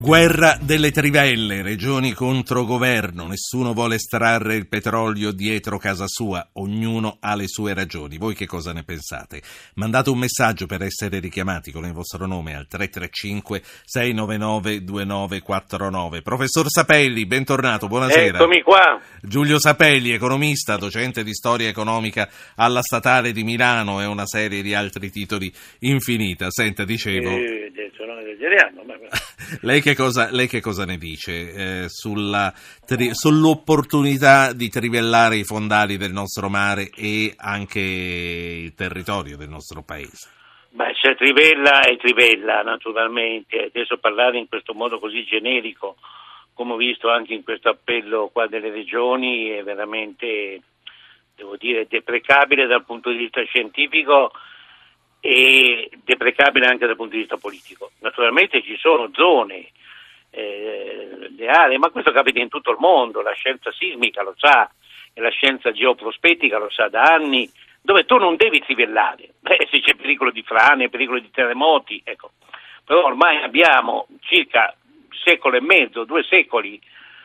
Guerra delle trivelle, regioni contro governo, nessuno vuole estrarre il petrolio dietro casa sua, ognuno ha le sue ragioni. Voi che cosa ne pensate? Mandate un messaggio per essere richiamati con il vostro nome al 335-699-2949. Professor Sapelli, bentornato, buonasera. Eccomi qua. Giulio Sapelli, economista, docente di storia economica alla Statale di Milano e una serie di altri titoli infinita. Senta, dicevo... Adesso non esageriamo, ma... Lei che cosa ne dice sull'opportunità di trivellare i fondali del nostro mare e anche il territorio del nostro paese? Beh, c'è trivella e trivella, naturalmente. Adesso parlare in questo modo così generico, come ho visto anche in questo appello qua delle regioni, è veramente, devo dire, deprecabile dal punto di vista scientifico e deprecabile anche dal punto di vista politico. Naturalmente ci sono zone, le aree, ma questo capita in tutto il mondo, la scienza sismica lo sa e la scienza geoprospettica lo sa da anni, dove tu non devi trivellare, se c'è pericolo di frane, pericolo di terremoti, ecco. Però ormai abbiamo circa secolo e mezzo, 2 secoli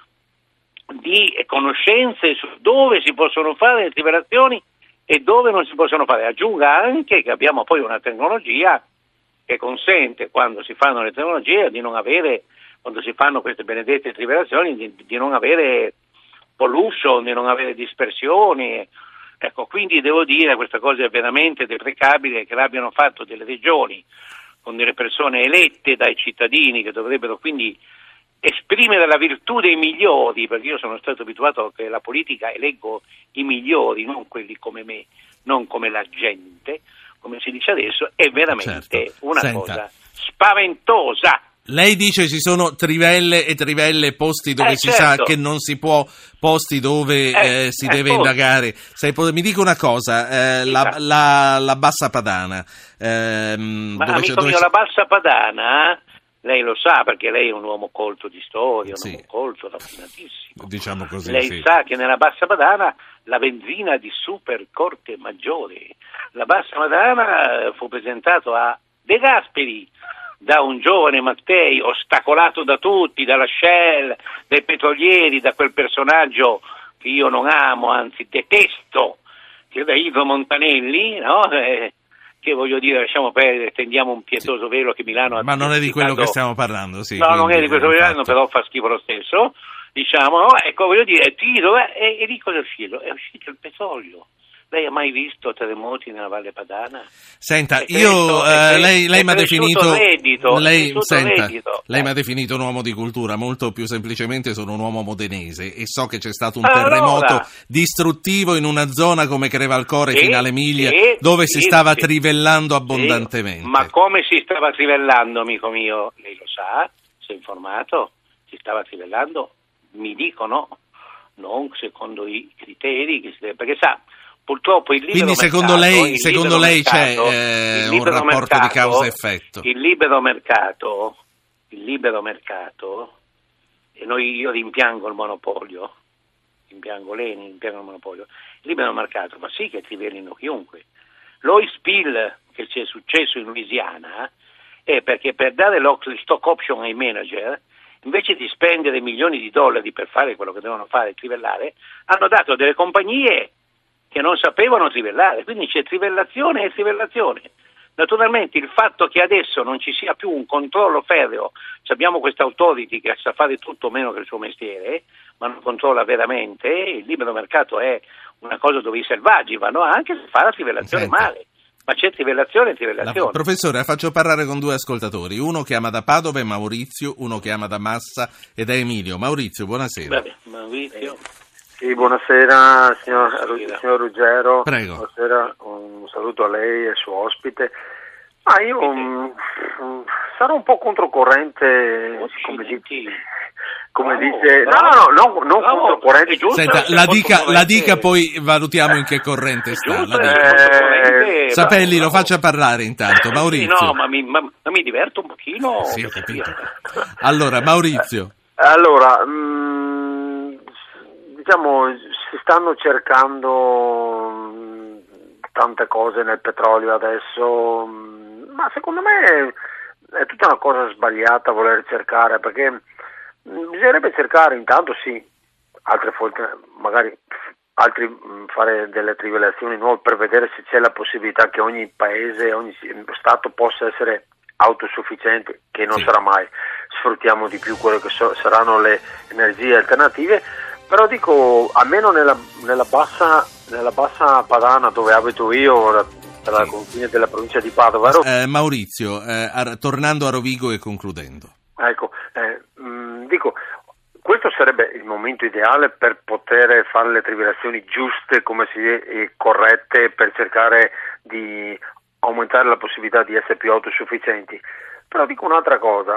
di conoscenze su dove si possono fare le trivellazioni e dove non si possono fare. Aggiunga anche che abbiamo poi una tecnologia che consente, quando si fanno le tecnologie, di non avere, quando si fanno queste benedette trivellazioni, di non avere pollution, di non avere dispersioni. Ecco, quindi devo dire, questa cosa è veramente deprecabile, che l'abbiano fatto delle regioni con delle persone elette dai cittadini, che dovrebbero quindi esprimere la virtù dei migliori, perché io sono stato abituato che la politica eleggo i migliori, non quelli come me, non come la gente, come si dice adesso, è veramente cosa spaventosa. Lei dice ci sono trivelle e trivelle, posti dove si sa che non si può, posti dove si deve indagare. Mi dica una cosa, la Bassa Padana. Ma amico mio, la Bassa Padana... Lei lo sa perché lei è un uomo colto di storia, un uomo colto, raffinatissimo. Diciamo così. Lei sa che nella Bassa Padana la benzina di super corte maggiore. La Bassa Padana fu presentato a De Gasperi da un giovane Mattei, ostacolato da tutti, dalla Shell, dai petrolieri, da quel personaggio che io non amo, anzi detesto, che è da Ivo Montanelli, no? Che voglio dire, lasciamo perdere, tendiamo un pietoso velo che Milano ha... Ma non è di quello che stiamo parlando, sì. No, non è di questo Milano, però fa schifo lo stesso, diciamo, no? Ecco, voglio dire, tiro, e lì cosa è uscito? È uscito il petrolio. Lei ha mai visto terremoti nella Valle Padana? Senta, lei mi ha definito reddito, lei mi ha definito un uomo di cultura, molto più semplicemente sono un uomo modenese e so che c'è stato un terremoto distruttivo in una zona come Crevalcore fino all'Emilia, dove si stava trivellando abbondantemente. Ma come si stava trivellando, amico mio? Lei lo sa? Si è informato? Si stava trivellando? Mi dicono, non secondo i criteri, perché sa... Purtroppo il libero Quindi secondo lei c'è un rapporto di causa-effetto? Il libero mercato, e io rimpiango il monopolio, rimpiango il libero mercato fa sì che trivellino chiunque. L'oil spill che ci è successo in Louisiana è perché per dare lo stock option ai manager, invece di spendere milioni di dollari per fare quello che devono fare, trivellare, hanno dato delle compagnie che non sapevano trivellare, quindi c'è trivellazione e trivellazione. Naturalmente il fatto che adesso non ci sia più un controllo ferreo, abbiamo questa authority che sa fare tutto meno che il suo mestiere, ma non controlla veramente, il libero mercato è una cosa dove i selvaggi vanno anche se fa la trivellazione male. Ma c'è trivellazione e trivellazione. Professore, la faccio parlare con 2 ascoltatori, uno che ama da Padova è Maurizio, uno che ama da Massa ed è Emilio. Maurizio, buonasera. Vabbè, Maurizio... Sì, buonasera signor Ruggero. Prego. Buonasera, un saluto a lei e al suo ospite. Io sarò un po' controcorrente, come dice... No, non controcorrente. Senta, la dica poi valutiamo in che corrente sta. Sapelli, lo faccia parlare intanto. Maurizio. No, ma mi diverto un pochino. Sì, ho capito. Allora, Maurizio. Diciamo, si stanno cercando tante cose nel petrolio adesso, ma secondo me è tutta una cosa sbagliata voler cercare, perché bisognerebbe cercare intanto altre fonti, magari fare delle trivellazioni nuove per vedere se c'è la possibilità che ogni paese, ogni Stato possa essere autosufficiente, che non sarà mai. Sfruttiamo di più quelle che saranno le energie alternative, però dico, almeno nella bassa padana dove abito io, per la confine della provincia di Padova. Maurizio, tornando a Rovigo e concludendo. Ecco, dico, questo sarebbe il momento ideale per poter fare le trivellazioni giuste, corrette, per cercare di aumentare la possibilità di essere più autosufficienti. Però dico un'altra cosa,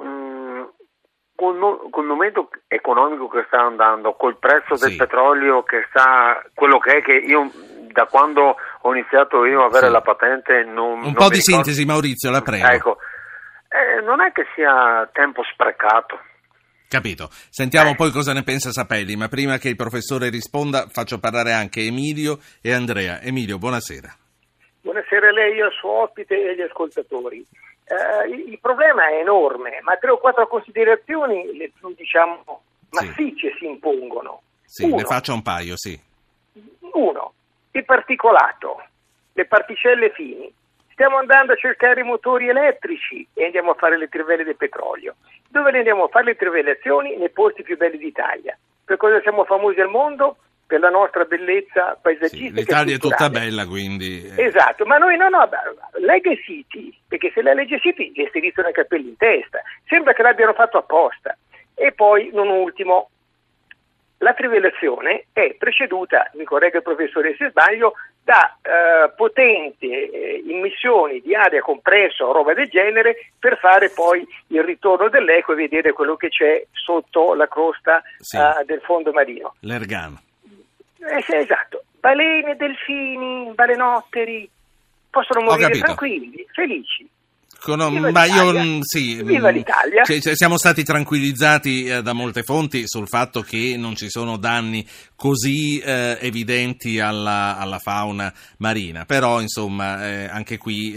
col momento economico che sta andando, col prezzo del petrolio che sta quello che è, che io da quando ho iniziato io a avere la patente un po' di sintesi, Maurizio, la prego. Ecco, non è che sia tempo sprecato. Capito. Sentiamo poi cosa ne pensa Sapelli, ma prima che il professore risponda faccio parlare anche Emilio e Andrea. Emilio, buonasera. Buonasera a lei, al suo ospite e agli ascoltatori. Il problema è enorme, ma 3 o 4 considerazioni, le più massicce, si impongono. Sì, ne faccio un paio, sì. 1. Il particolato, le particelle fini. Stiamo andando a cercare i motori elettrici e andiamo a fare le trivelle del petrolio. Dove ne andiamo a fare le trivellazioni? Nei posti più belli d'Italia. Per cosa siamo famosi al mondo? Per la nostra bellezza paesaggistica. Sì, l'Italia è tutta bella, quindi. Esatto, ma noi no, legge City, perché se la legge City gli strisciano i capelli in testa. Sembra che l'abbiano fatto apposta. E poi, non ultimo, la trivellazione è preceduta, mi corregga il professore se sbaglio, da potenti immissioni di aria compressa o roba del genere, per fare poi il ritorno dell'eco e vedere quello che c'è sotto la crosta del fondo marino. L'ergano. Esatto, balene, delfini, balenotteri possono morire tranquilli, felici. Viva l'Italia. Siamo stati tranquillizzati da molte fonti sul fatto che non ci sono danni così evidenti alla fauna marina, però insomma anche qui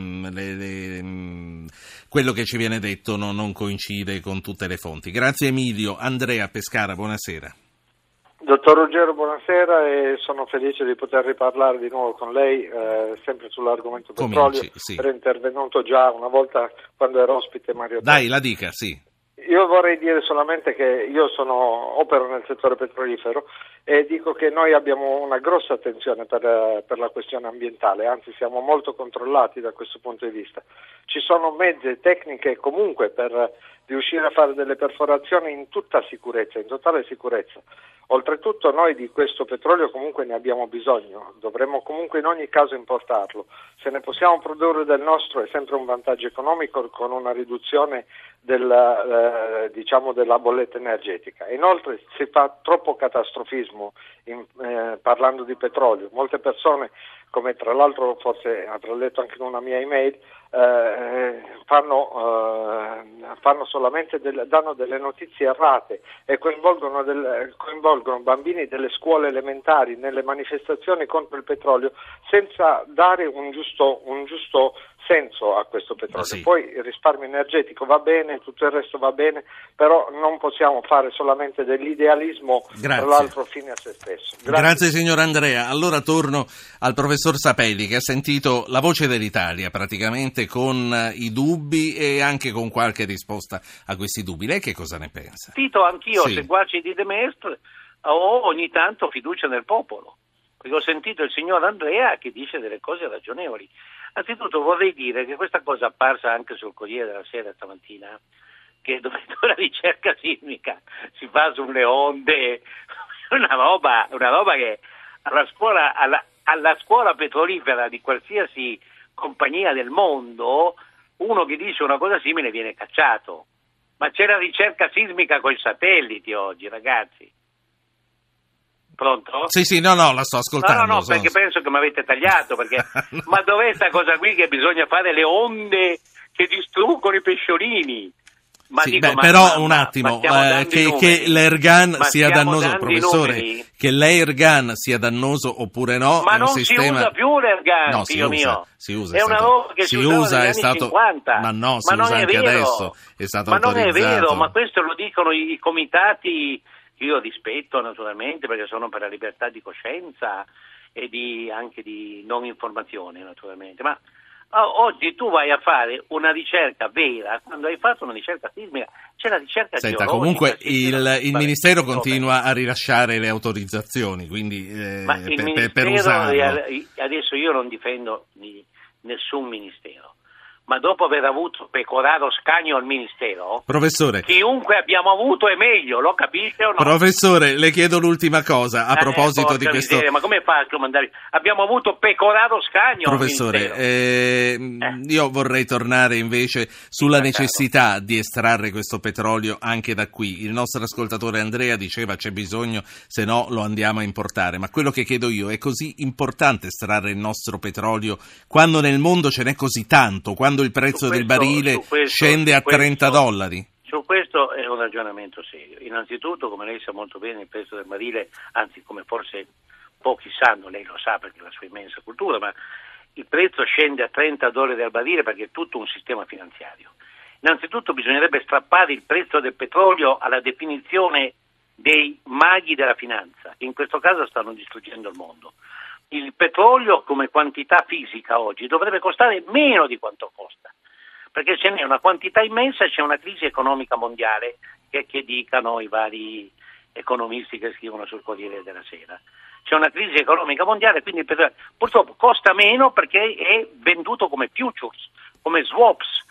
quello che ci viene detto non coincide con tutte le fonti. Grazie Emilio. Andrea Pescara, buonasera. Dottor Ruggero, buonasera, e sono felice di poter riparlare di nuovo con lei, sempre sull'argomento petrolio. Ero intervenuto già una volta quando ero ospite Mario. Dai, la dica, sì. Io vorrei dire solamente che io opero nel settore petrolifero e dico che noi abbiamo una grossa attenzione per la questione ambientale, anzi siamo molto controllati da questo punto di vista. Ci sono mezzi e tecniche comunque per riuscire a fare delle perforazioni in tutta sicurezza, in totale sicurezza. Oltretutto noi di questo petrolio comunque ne abbiamo bisogno, dovremmo comunque in ogni caso importarlo. Se ne possiamo produrre del nostro è sempre un vantaggio economico con una riduzione della bolletta energetica. Inoltre si fa troppo catastrofismo parlando di petrolio. Molte persone, come tra l'altro forse avrà letto anche in una mia email, danno delle notizie errate e coinvolgono bambini delle scuole elementari nelle manifestazioni contro il petrolio senza dare un giusto senso a questo petrolio. Sì. Poi il risparmio energetico va bene, tutto il resto va bene, però non possiamo fare solamente dell'idealismo, tra l'altro fine a se stesso. Grazie signor Andrea. Allora torno al professor Sapelli, che ha sentito la voce dell'Italia praticamente con i dubbi e anche con qualche risposta a questi dubbi. Lei che cosa ne pensa? Anch'io, seguaci di De Maistre, ho ogni tanto fiducia nel popolo, perché ho sentito il signor Andrea che dice delle cose ragionevoli. Anzitutto vorrei dire che questa cosa è apparsa anche sul Corriere della Sera stamattina, che dove la ricerca sismica si fa sulle onde, una roba che alla scuola petrolifera di qualsiasi compagnia del mondo, uno che dice una cosa simile viene cacciato. Ma c'è la ricerca sismica con i satelliti oggi, ragazzi. Pronto? Sì, no, la sto ascoltando. No, perché penso che mi avete tagliato, perché no. Ma dov'è sta cosa qui che bisogna fare le onde che distruggono i pesciolini? Però un attimo, che l'Ergan sia dannoso, professore, che l'Ergan sia dannoso oppure no, ma è un non sistema... si usa più l'Ergan, no, figlio mio. Si usa, è una roba che si usa negli anni 50. Ma no, si usa anche adesso, è stato autorizzato. Ma non è vero, ma questo lo dicono i comitati, io rispetto naturalmente perché sono per la libertà di coscienza e anche di non informazione naturalmente, ma oggi tu vai a fare una ricerca vera, quando hai fatto una ricerca sismica c'è la ricerca geologica. Comunque il Ministero continua a rilasciare le autorizzazioni, quindi per usarlo. Adesso io non difendo nessun Ministero, ma dopo aver avuto Pecoraro Scagno al Ministero, professore, chiunque abbiamo avuto è meglio, lo capisce o no? Professore, le chiedo l'ultima cosa a proposito di questo. Miseria, ma come faccio a mandare? Abbiamo avuto Pecoraro Scagno. Professore, io vorrei tornare invece sulla necessità di estrarre questo petrolio anche da qui. Il nostro ascoltatore Andrea diceva c'è bisogno, se no lo andiamo a importare. Ma quello che chiedo io, è così importante estrarre il nostro petrolio quando nel mondo ce n'è così tanto, quando il prezzo del barile scende a $30? Su questo è un ragionamento serio. Innanzitutto, come lei sa molto bene, il prezzo del barile, anzi come forse pochi sanno, lei lo sa perché è la sua immensa cultura, ma il prezzo scende a $30 al barile perché è tutto un sistema finanziario. Innanzitutto bisognerebbe strappare il prezzo del petrolio alla definizione dei maghi della finanza, che in questo caso stanno distruggendo il mondo. Il petrolio come quantità fisica oggi dovrebbe costare meno di quanto costa, perché ce n'è una quantità immensa e c'è una crisi economica mondiale che dicano i vari economisti che scrivono sul Corriere della Sera. C'è una crisi economica mondiale, quindi il petrolio purtroppo costa meno perché è venduto come futures, come swaps,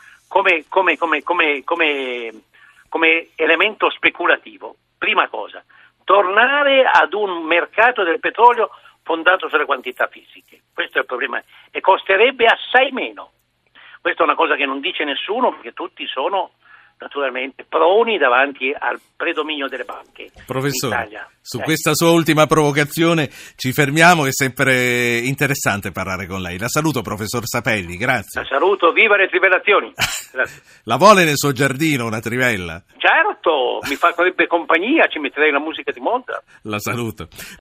come elemento speculativo. Prima cosa, tornare ad un mercato del petrolio fondato sulle quantità fisiche. Questo è il problema e costerebbe assai meno. Questa è una cosa che non dice nessuno perché tutti sono naturalmente proni davanti al predominio delle banche. Professore, in Italia. Su questa sua ultima provocazione ci fermiamo, è sempre interessante parlare con lei. La saluto, professor Sapelli, grazie. La saluto, viva le trivellazioni. La vuole nel suo giardino una trivella? Certo, mi farebbe compagnia, ci metterei la musica di Mozart. La saluto.